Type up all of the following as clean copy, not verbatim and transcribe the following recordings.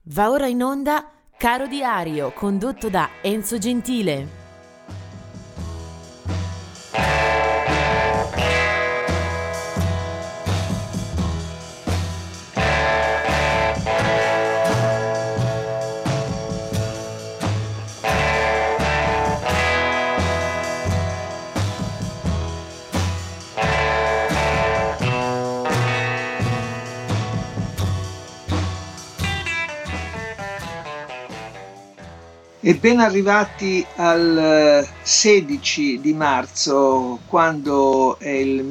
Va ora in onda Caro Diario, condotto da Enzo Gentile. E ben arrivati al 16 di marzo, quando è il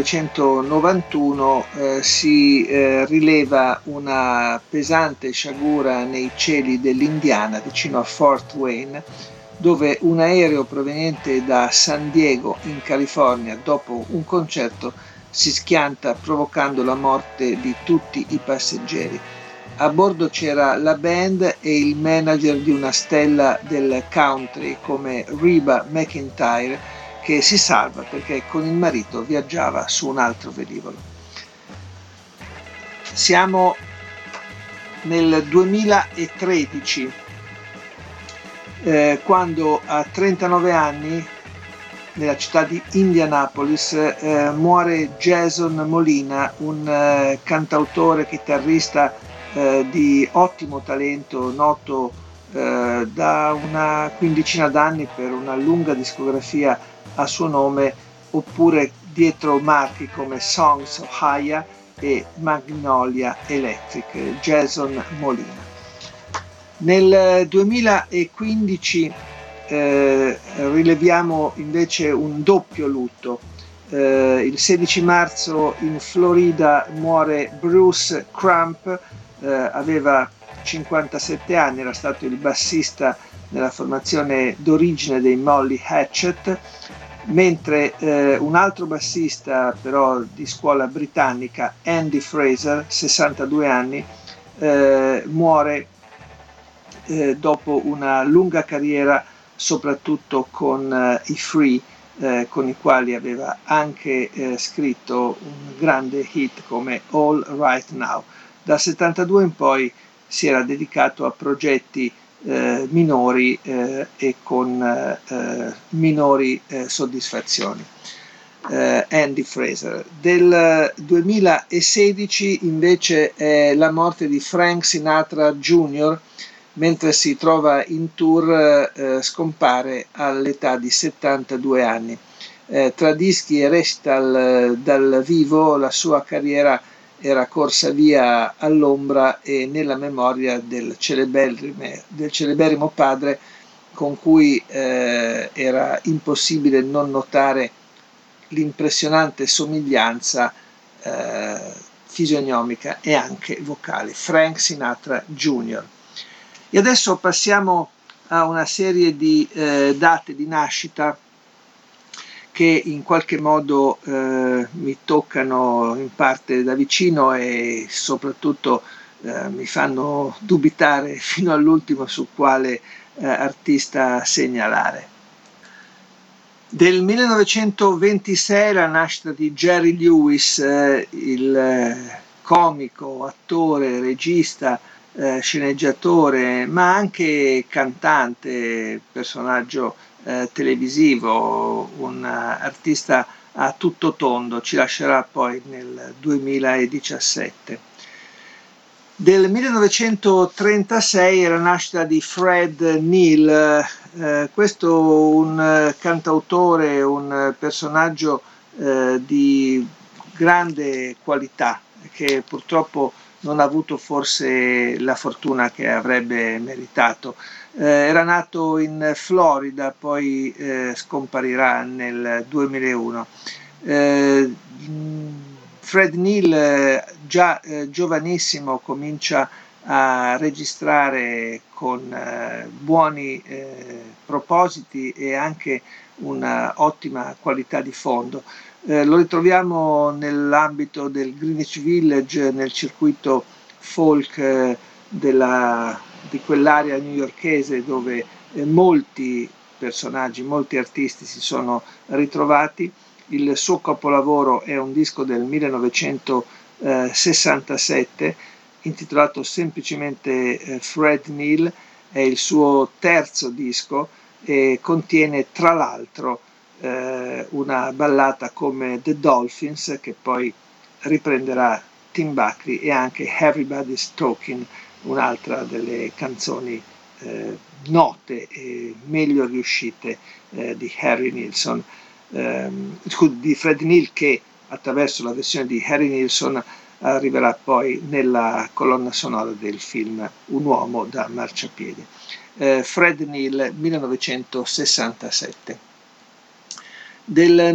1991, si rileva una pesante sciagura nei cieli dell'Indiana, vicino a Fort Wayne, dove un aereo proveniente da San Diego, in California, dopo un concerto, si schianta provocando la morte di tutti i passeggeri. A bordo c'era la band e il manager di una stella del country come Reba McEntire, che si salva perché con il marito viaggiava su un altro velivolo. Siamo nel 2013, quando a 39 anni nella città di Indianapolis muore Jason Molina, un cantautore, chitarrista di ottimo talento, noto da una quindicina d'anni per una lunga discografia a suo nome, oppure dietro marchi come Songs of Haya e Magnolia Electric. Jason Molina. Nel 2015 rileviamo invece un doppio lutto. Il 16 marzo in Florida muore Bruce Crump, aveva 57 anni, era stato il bassista nella formazione d'origine dei Molly Hatchet, mentre un altro bassista però di scuola britannica, Andy Fraser, 62 anni, muore dopo una lunga carriera soprattutto con i Free, con i quali aveva anche scritto un grande hit come All Right Now. Dal 72 in poi si era dedicato a progetti minori e con minori soddisfazioni. Andy Fraser. Del 2016 invece è la morte di Frank Sinatra Jr., mentre si trova in tour scompare all'età di 72 anni. Tra dischi e recital dal vivo la sua carriera era corsa via all'ombra e nella memoria del celeberrimo padre, con cui era impossibile non notare l'impressionante somiglianza fisionomica e anche vocale. Frank Sinatra Jr. E adesso passiamo a una serie di date di nascita che in qualche modo mi toccano in parte da vicino e soprattutto mi fanno dubitare fino all'ultimo su quale artista segnalare. Del 1926 la nascita di Jerry Lewis, il comico, attore, regista, sceneggiatore, ma anche cantante, personaggio televisivo, un artista a tutto tondo, ci lascerà poi nel 2017. Del 1936 è la nascita di Fred Neil, questo un cantautore, un personaggio di grande qualità che purtroppo non ha avuto forse la fortuna che avrebbe meritato. Era nato in Florida, poi scomparirà nel 2001. Fred Neil già giovanissimo comincia a registrare con buoni propositi e anche una ottima qualità di fondo. Lo ritroviamo nell'ambito del Greenwich Village, nel circuito folk di quell'area newyorkese dove molti personaggi, molti artisti si sono ritrovati. Il suo capolavoro è un disco del 1967 intitolato semplicemente Fred Neil, è il suo terzo disco e contiene tra l'altro una ballata come The Dolphins, che poi riprenderà Tim Buckley, e anche Everybody's Talking, un'altra delle canzoni note e meglio riuscite di Harry Nilsson, di Fred Neil, che attraverso la versione di Harry Nilsson arriverà poi nella colonna sonora del film Un uomo da marciapiede. Fred Neil, 1967. Del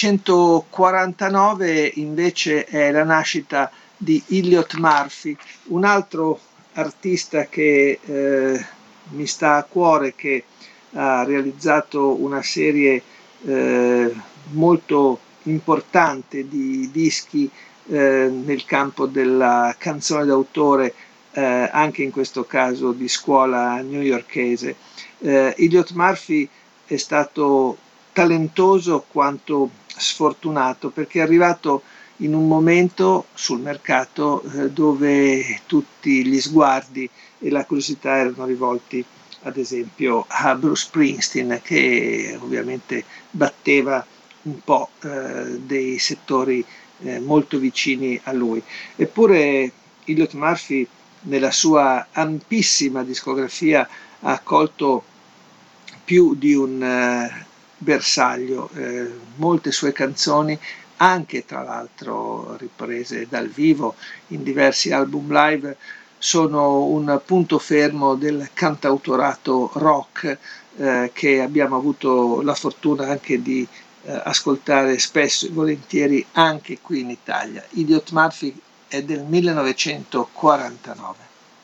1949 invece è la nascita di Elliot Murphy, un altro artista che mi sta a cuore, che ha realizzato una serie molto importante di dischi nel campo della canzone d'autore, anche in questo caso di scuola newyorkese. Elliot Murphy è stato talentoso quanto sfortunato, perché è arrivato in un momento sul mercato dove tutti gli sguardi e la curiosità erano rivolti ad esempio a Bruce Springsteen, che ovviamente batteva un po' dei settori molto vicini a lui. Eppure Elliot Murphy nella sua ampissima discografia ha accolto più di un bersaglio, molte sue canzoni, anche tra l'altro riprese dal vivo in diversi album live, sono un punto fermo del cantautorato rock che abbiamo avuto la fortuna anche di ascoltare spesso e volentieri anche qui in Italia. Elliot Murphy è del 1949.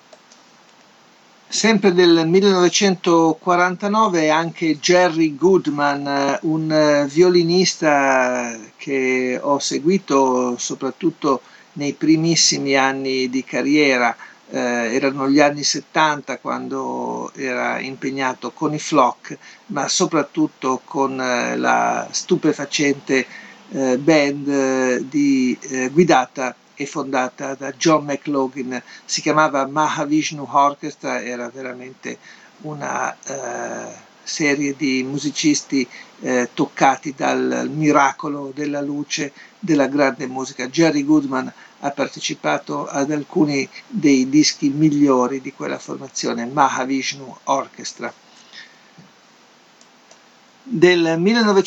Sempre del 1949 anche Jerry Goodman, un violinista che ho seguito soprattutto nei primissimi anni di carriera. Erano gli anni 70 quando era impegnato con i Flock, ma soprattutto con la stupefacente band guidata e fondata da John McLaughlin. Si chiamava Mahavishnu Orchestra, era veramente una serie di musicisti toccati dal miracolo della luce della grande musica. Jerry Goodman ha partecipato ad alcuni dei dischi migliori di quella formazione, Mahavishnu Orchestra. Del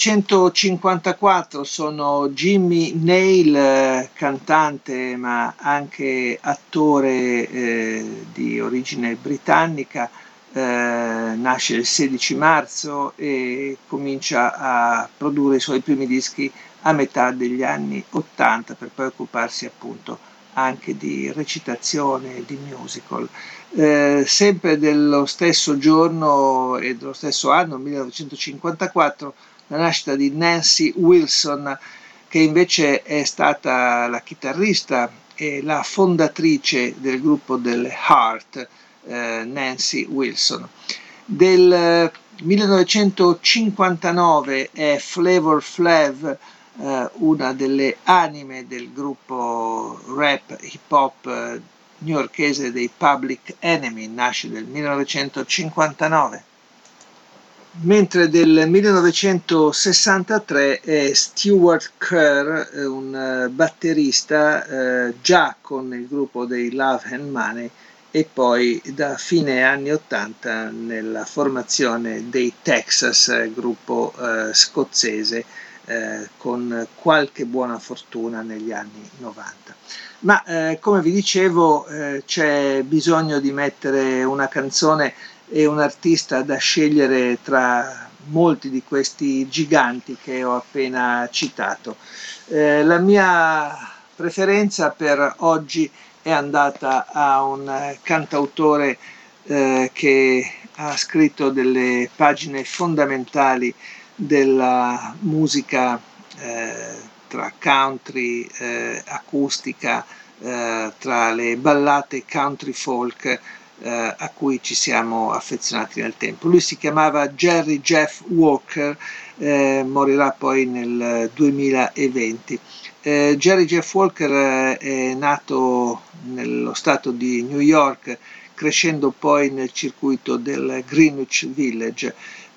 1954 sono Jimmy Nail, cantante ma anche attore di origine britannica, nasce il 16 marzo e comincia a produrre i suoi primi dischi a metà degli anni 80, per poi occuparsi appunto anche di recitazione, di musical. Sempre dello stesso giorno e dello stesso anno, 1954, la nascita di Nancy Wilson, che invece è stata la chitarrista e la fondatrice del gruppo delle Heart, Nancy Wilson. Del 1959 è Flavor Flav, una delle anime del gruppo rap hip hop newyorkese dei Public Enemy, nasce nel 1959. Mentre del 1963 è Stewart Kerr, un batterista già con il gruppo dei Love and Money e poi da fine anni 80 nella formazione dei Texas, gruppo scozzese, con qualche buona fortuna negli anni 90. Ma come vi dicevo c'è bisogno di mettere una canzone e un artista da scegliere tra molti di questi giganti che ho appena citato. La mia preferenza per oggi è andata a un cantautore che ha scritto delle pagine fondamentali della musica tra country, acustica, tra le ballate country folk a cui ci siamo affezionati nel tempo. Lui si chiamava Jerry Jeff Walker, morirà poi nel 2020. Jerry Jeff Walker è nato nello stato di New York, crescendo poi nel circuito del Greenwich Village.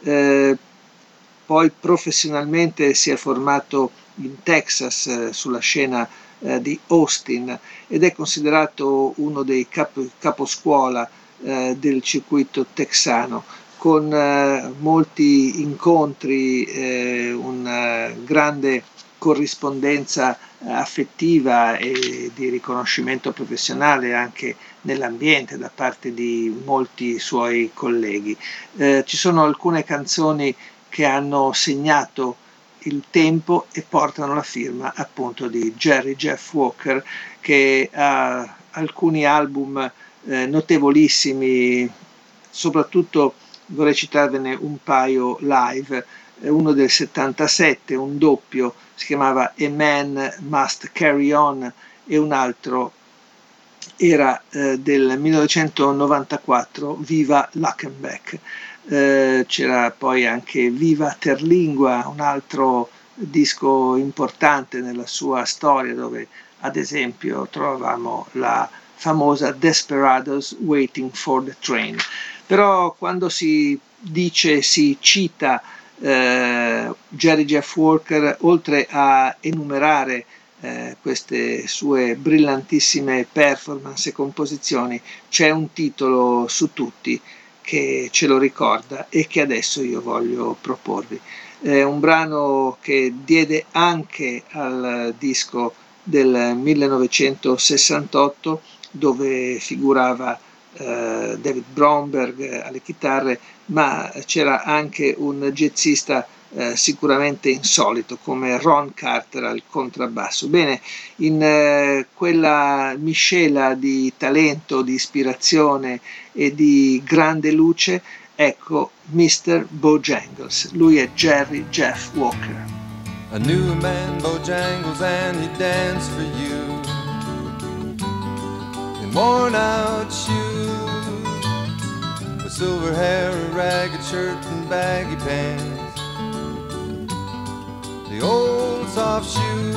Poi professionalmente si è formato in Texas sulla scena di Austin ed è considerato uno dei caposcuola del circuito texano, con molti incontri, una grande corrispondenza affettiva e di riconoscimento professionale anche nell'ambiente da parte di molti suoi colleghi. Ci sono alcune canzoni che hanno segnato il tempo e portano la firma appunto di Jerry Jeff Walker, che ha alcuni album notevolissimi, soprattutto vorrei citarvene un paio live, uno del 77, un doppio, si chiamava A Man Must Carry On, e un altro era del 1994, Viva Luckenbach. C'era poi anche Viva Terlingua, un altro disco importante nella sua storia, dove ad esempio trovavamo la famosa Desperados Waiting for the Train. Però quando si cita Jerry Jeff Walker, oltre a enumerare queste sue brillantissime performance e composizioni, c'è un titolo su tutti che ce lo ricorda e che adesso io voglio proporvi. È un brano che diede anche al disco del 1968, dove figurava David Bromberg alle chitarre, ma c'era anche un jazzista sicuramente insolito come Ron Carter al contrabbasso. Bene, in quella miscela di talento, di ispirazione e di grande luce, ecco Mr. Bojangles. Lui è Jerry Jeff Walker. I knew a man, Bojangles, and he danced for you in worn out shoes, with silver hair, a ragged shirt and baggy pants, the old soft shoes.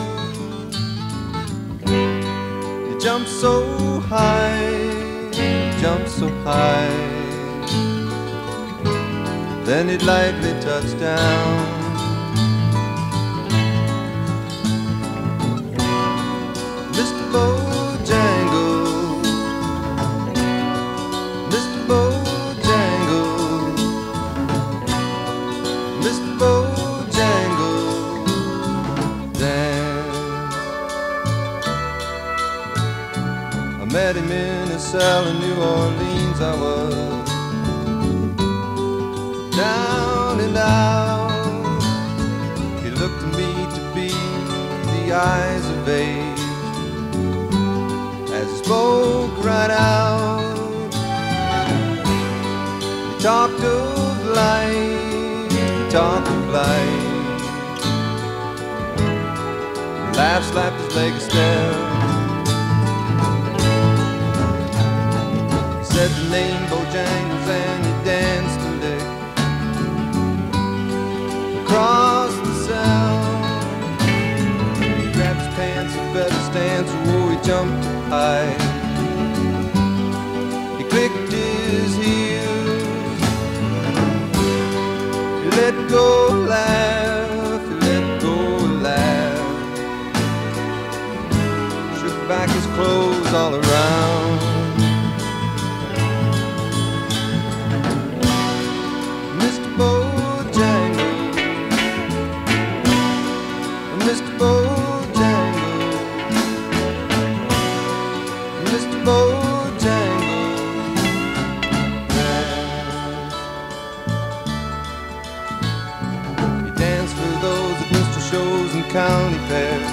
He jumped so high, jumped so high, then he'd lightly touch down. Mr. Bojangles, Mr. Bojangles, Mr. Bojangles, dance. I met him in a cell in New Orleans. I was down and out. He looked to me to be the eyes of age as he spoke right out. He talked of life, he talked of life. He laughed, slapped his leg a step. He said the name Bojangles and he danced a lick across the cell. He grabbed his pants and better stance, whoa, he jumped high. He clicked his heels, he let go a laugh, he let go a laugh, shook back his clothes all around. Mr. Bojangles, Mr. Bojangles, Mr. Bojangles, dance. He danced for those at minstrel shows and county fairs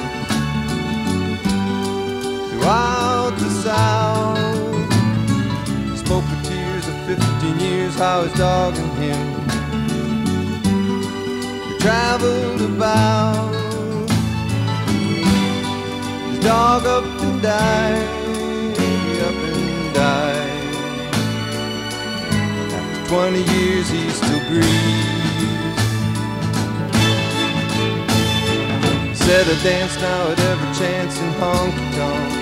throughout the South. He spoke with tears of 15 years, how his dog and him they traveled about. His dog up and died, up and died. After 20 years he still grieves. said I dance now at every chance in honky-tonks,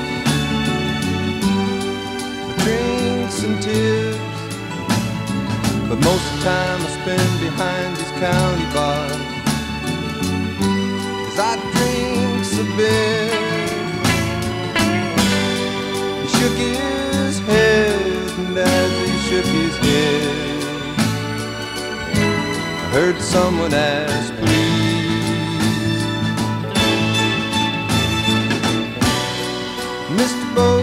with drinks and tears. But most of the time I spend behind these county bars, 'cause I drinks a beer. He shook his head, and as he shook his head, I heard someone ask, please, Mr. Bo,